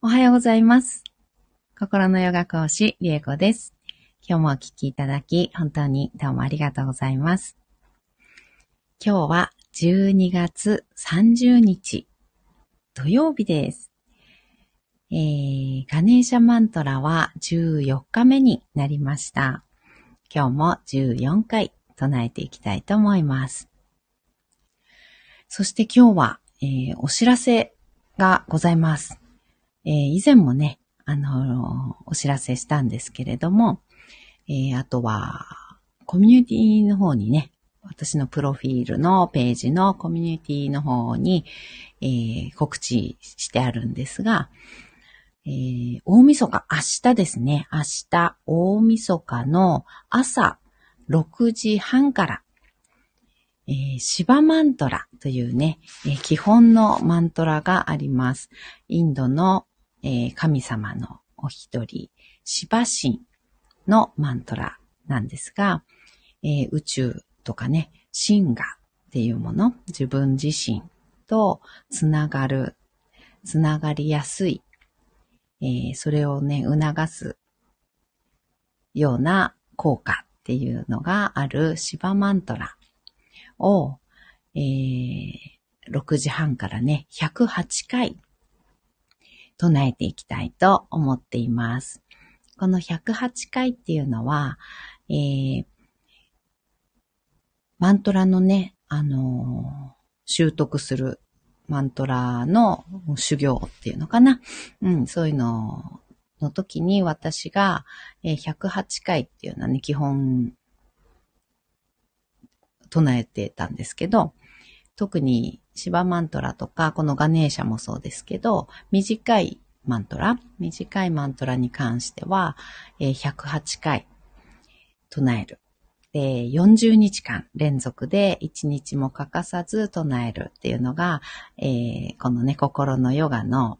おはようございます。心のヨガ講師、りえこです。今日もお聞きいただき、本当にどうもありがとうございます。今日は12月30日、土曜日です。ガネーシャマントラは14日目になりました。今日も14回唱えていきたいと思います。そして今日は、お知らせがございます。以前もね、お知らせしたんですけれども、あとは、コミュニティの方にね、私のプロフィールのページのコミュニティの方に、告知してあるんですが、大晦日、明日ですね、明日、大晦日の朝6時半から、シバマントラというね、基本のマントラがあります。インドの神様のお一人、シバ神のマントラなんですが、宇宙とかね、神我っていうもの、自分自身とつながりやすい、それをね、促すような効果っていうのがあるシバマントラを、6時半からね、108回唱えていきたいと思っています。この108回っていうのは、マントラのね、習得するマントラの修行っていうのかな。そういうのの時に私が108回っていうのはね、基本唱えてたんですけど、特にシバマントラとか、このガネーシャもそうですけど、短いマントラに関しては、108回唱える。で、40日間連続で1日も欠かさず唱えるっていうのが、このね、心のヨガの、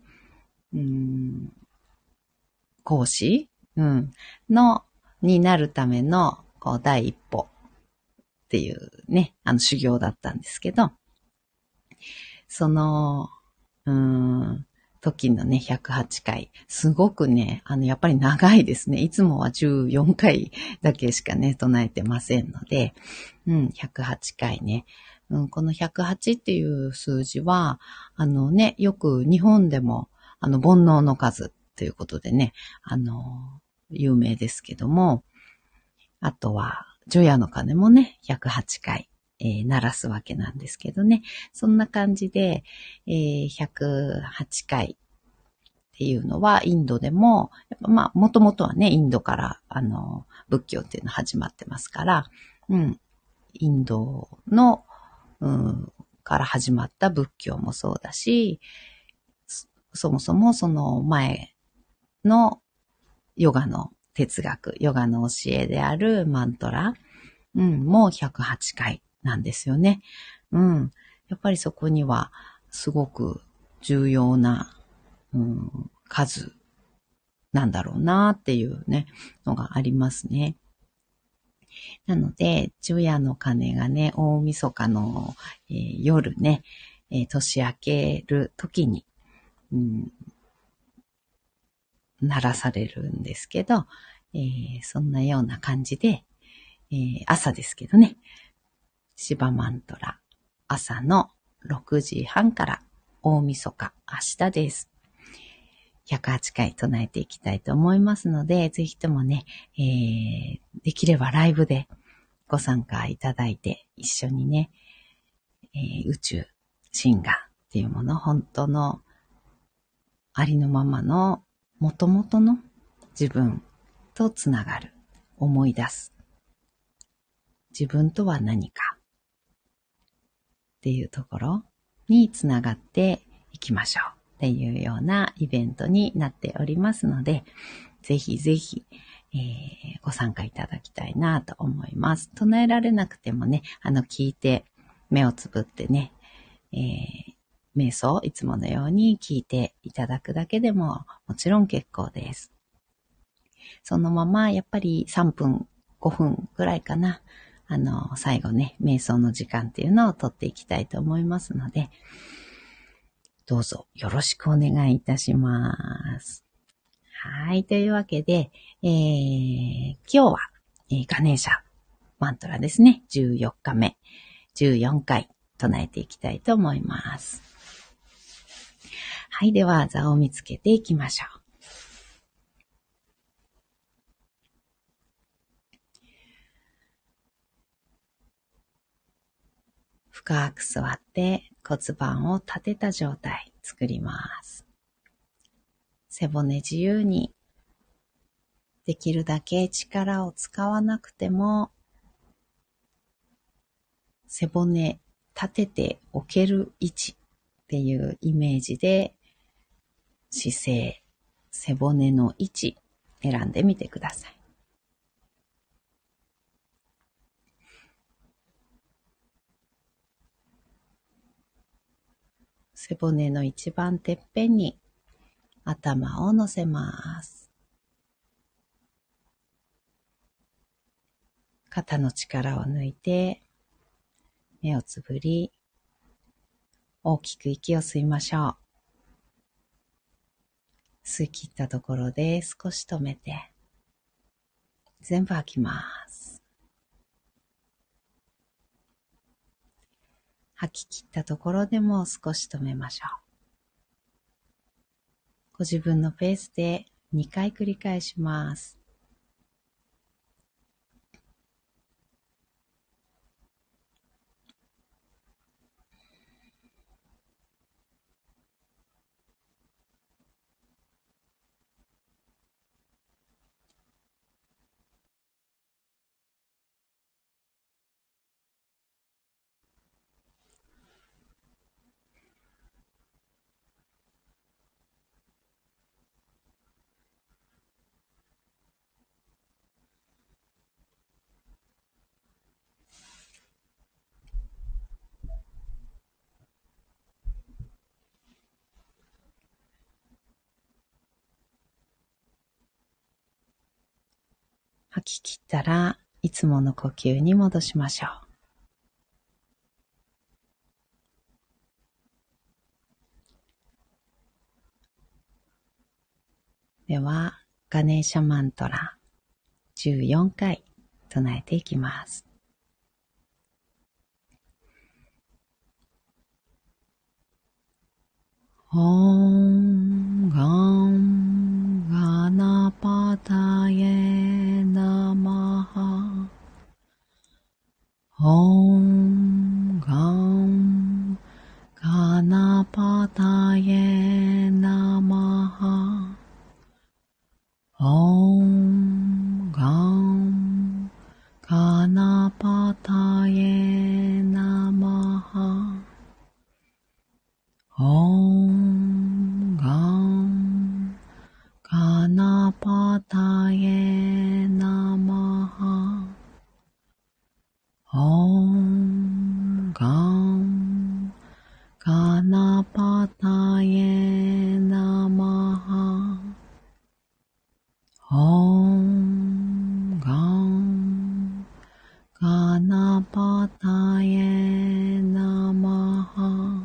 講師、になるための、第一歩っていうね、修行だったんですけど、その、時のね、108回。すごくね、やっぱり長いですね。いつもは14回だけしかね、唱えてませんので、108回ね。この108っていう数字は、よく日本でも、煩悩の数ということでね、有名ですけども、あとは、除夜の鐘もね、108回。鳴らすわけなんですけどね。そんな感じで、108回っていうのはインドでも、やっぱもともとはね、インドから、仏教っていうの始まってますから、インドの、から始まった仏教もそうだし、そもそもその前のヨガの哲学、ヨガの教えであるマントラ、もう108回。なんですよね。やっぱりそこにはすごく重要な、数なんだろうなっていうね、のがありますね。なので、除夜の鐘がね、大晦日の、夜ね、年明ける時に、鳴らされるんですけど、そんなような感じで、朝ですけどね、シバマントラ、朝の6時半から大晦日、明日です。108回唱えていきたいと思いますので、ぜひともね、できればライブでご参加いただいて、一緒にね、宇宙、神我っていうもの、本当のありのままの元々の自分とつながる、思い出す。自分とは何か。っていうところにつながっていきましょうっていうようなイベントになっておりますので、ぜひぜひ、ご参加いただきたいなと思います。唱えられなくてもね、聞いて目をつぶってね、瞑想いつものように聞いていただくだけでももちろん結構です。そのままやっぱり3分、5分ぐらいかな。最後ね、瞑想の時間っていうのを取っていきたいと思いますので、 どうぞよろしくお願いいたします。はい。というわけで、今日は、ガネーシャマントラですね。14日目、14回唱えていきたいと思います。はい。では、座を見つけていきましょう。深く座って骨盤を立てた状態作ります。背骨自由に、できるだけ力を使わなくても、背骨立てておける位置っていうイメージで姿勢、背骨の位置選んでみてください。背骨の一番てっぺんに頭を乗せます。肩の力を抜いて目をつぶり、大きく息を吸いましょう。吸い切ったところで少し止めて、全部吐きます。吐き切ったところでも少し止めましょう。ご自分のペースで2回繰り返します。吐き切ったらいつもの呼吸に戻しましょう。では、ガネーシャマントラ14回唱えていきます。オンガンガナパタエナマハ。オンガンガナパタエナマハ。オンガンガナパタエナマハ。オンガンガナパタエナマハ。オンガンガナパタエナマハ。オンガンガナパタエナマハ。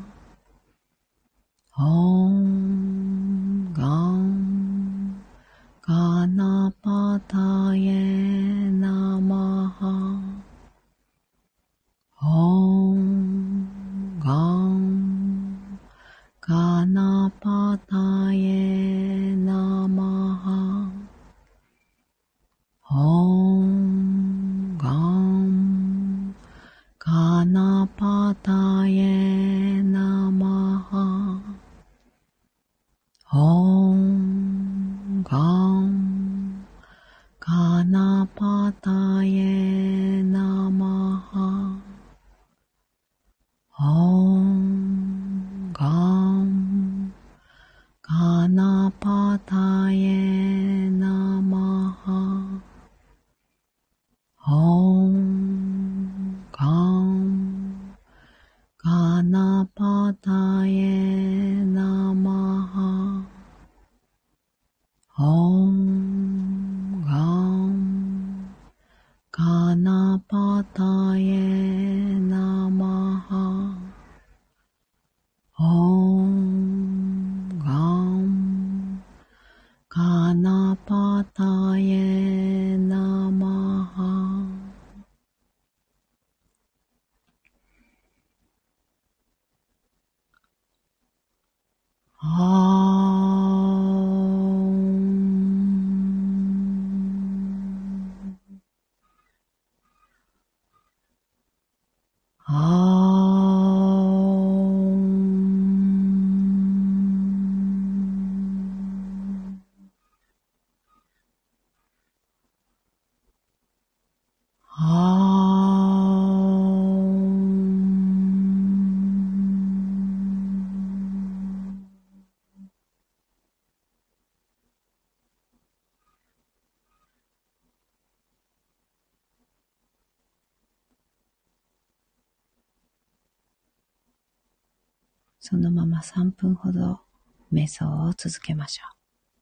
オンガンガナパタエナマハ。オンガンガナパタエナマハ。オンガンガナパタエナマハ。オンガンガナパタエナマハ。オンガンガナパタエナマハ。オンガンガナパタエナマハ。オンガンガナパタエナマハ。オンガナパタエナマハ。そのまま3分ほど瞑想を続けましょう。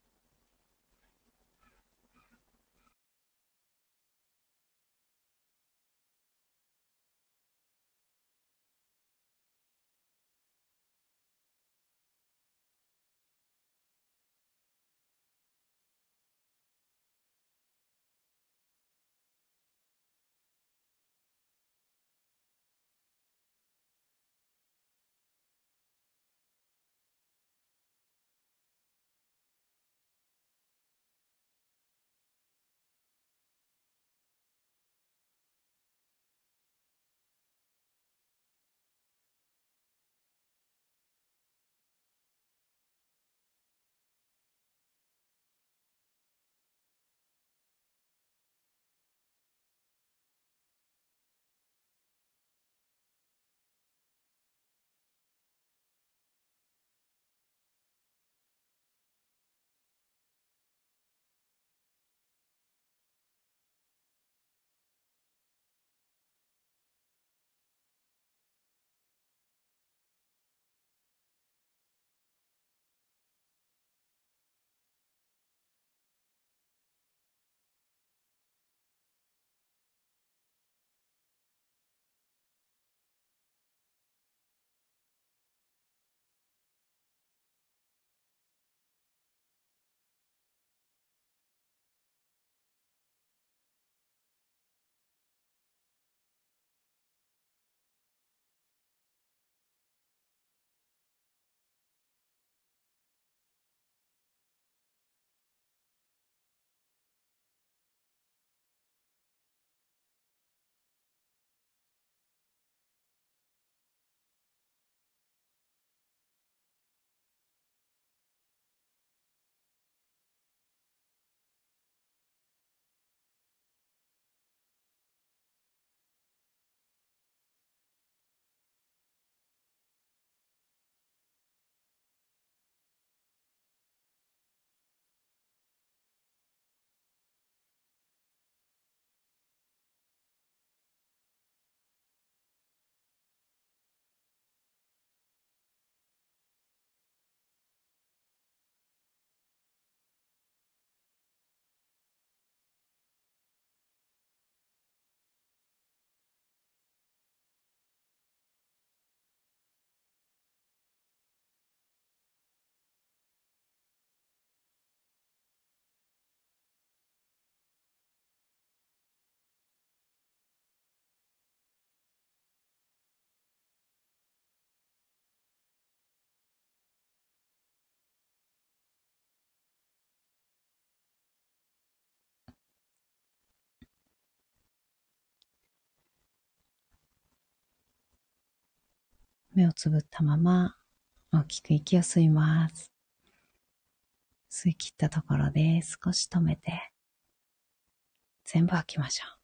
目をつぶったまま大きく息を吸います。吸い切ったところで少し止めて全部吐きましょう。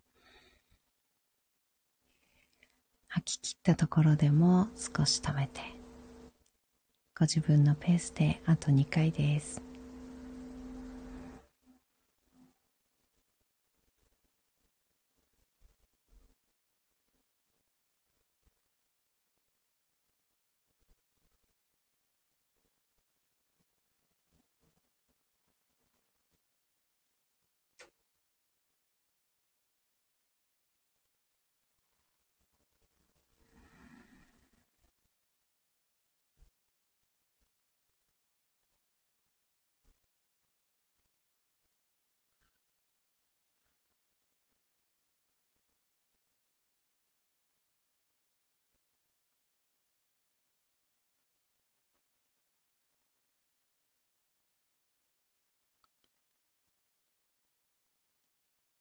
吐き切ったところでも少し止めて、ご自分のペースであと2回です。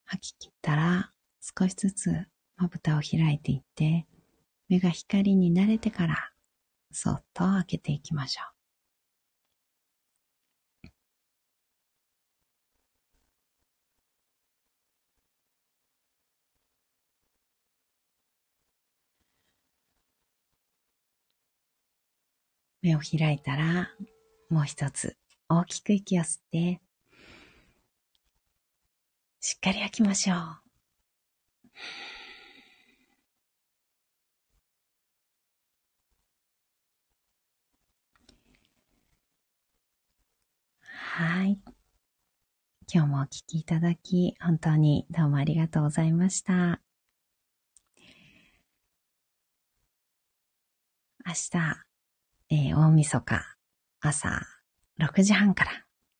吐き切ったら少しずつまぶたを開いていって、目が光に慣れてからそっと開けていきましょう。目を開いたら、もう一つ大きく息を吸って、しっかり吐きましょう。はい。今日もお聞きいただき、本当にどうもありがとうございました。明日、大晦日、朝6時半から、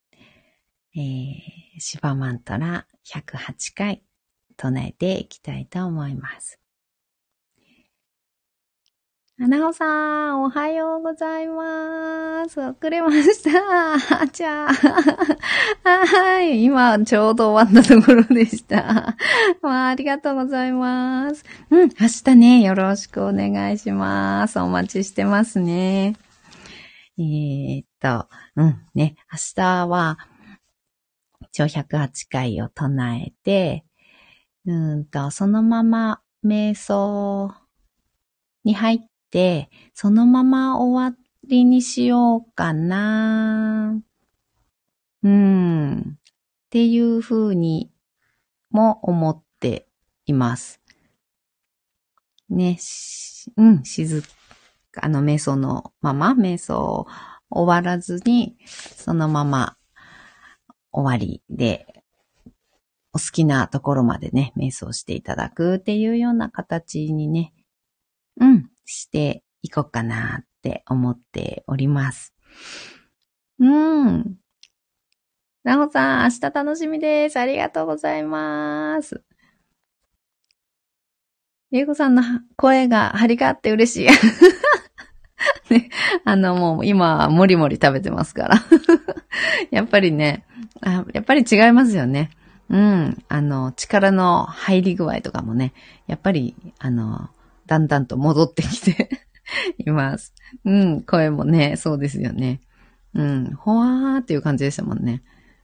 シバマントラ108回唱えていきたいと思います。なおさん、おはようございます。遅れました。じゃあ、はい。今、ちょうど終わったところでした。ありがとうございます。明日ね、よろしくお願いします。お待ちしてますね。ね、明日は、一応108回を唱えて、そのまま瞑想に入って、そのまま終わりにしようかな。っていうふうにも思っています。ね、瞑想のまま、瞑想終わらずに、そのまま終わりで、お好きなところまでね、瞑想していただくっていうような形にね、していこうかなって思っております。なほさん、明日楽しみです。ありがとうございます。りえこさんの声が張りがあって嬉しい。ね、もう今、もりもり食べてますから。やっぱりね、やっぱり違いますよね。力の入り具合とかもね、やっぱり、だんだんと戻ってきています。声もね、そうですよね。ほわーっていう感じでしたもんね。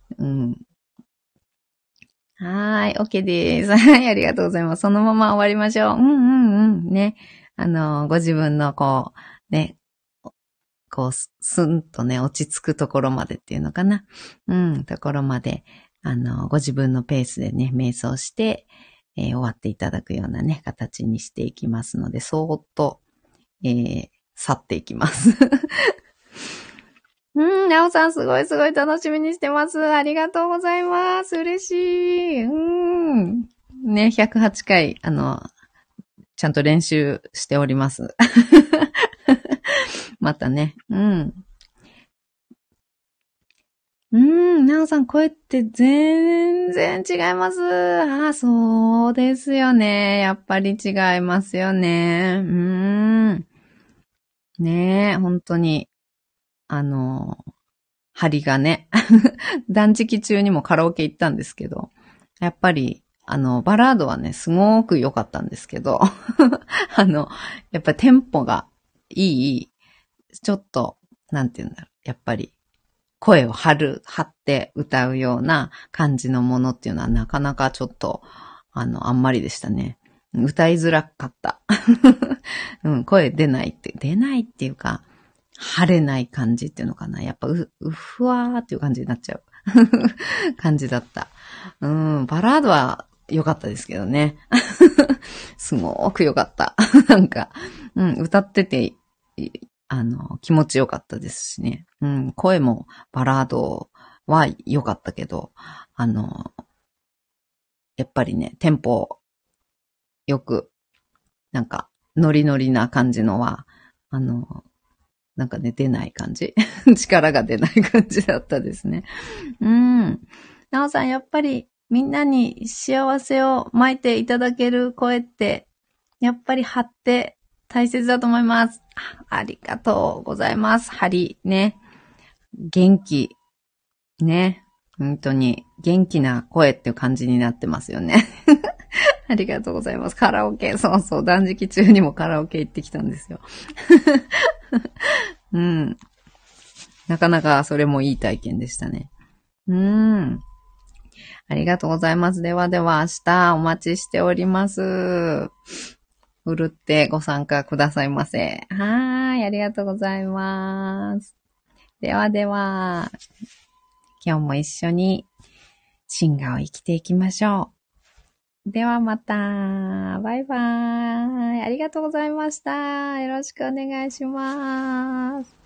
はい、OK です。はい、ありがとうございます。そのまま終わりましょう。ね。ご自分のね、スンとね、落ち着くところまでっていうのかな。ところまで、ご自分のペースでね、瞑想して、終わっていただくようなね、形にしていきますので、そーっと、去っていきます。なおさんすごい楽しみにしてます。ありがとうございます。嬉しい。ね、108回、ちゃんと練習しております。またね。なおさん、声って全然違います。そうですよね。やっぱり違いますよね。ねえ、本当に、張りがね、断食中にもカラオケ行ったんですけど、やっぱり、バラードはね、すごく良かったんですけど、やっぱテンポがいい、ちょっと、なんて言うんだろう、やっぱり、声を張って歌うような感じのものっていうのはなかなかちょっと、あんまりでしたね。歌いづらかった。声出ないっていうか、晴れない感じっていうのかな。やっぱふわーっていう感じになっちゃう感じだった。バラードは良かったですけどね。すごく良かった。なんか、歌ってて、気持ちよかったですしね。声もバラードは良かったけど、やっぱりね、テンポよく、なんか、ノリノリな感じのは、なんかね、出ない感じ。力が出ない感じだったですね。なおさん、やっぱりみんなに幸せを巻いていただける声って、やっぱり張って大切だと思います。ありがとうございます。張り、ね。元気、ね。 本当に元気な声っていう感じになってますよね。ありがとうございます。カラオケ、そうそう、断食中にもカラオケ行ってきたんですよ。うん。なかなかそれもいい体験でしたね。ありがとうございます。ではでは明日お待ちしております。ふるってご参加くださいませ。はーい、ありがとうございます。ではでは、今日も一緒に進化を生きていきましょう。ではまた。バイバーイ。ありがとうございました。よろしくお願いします。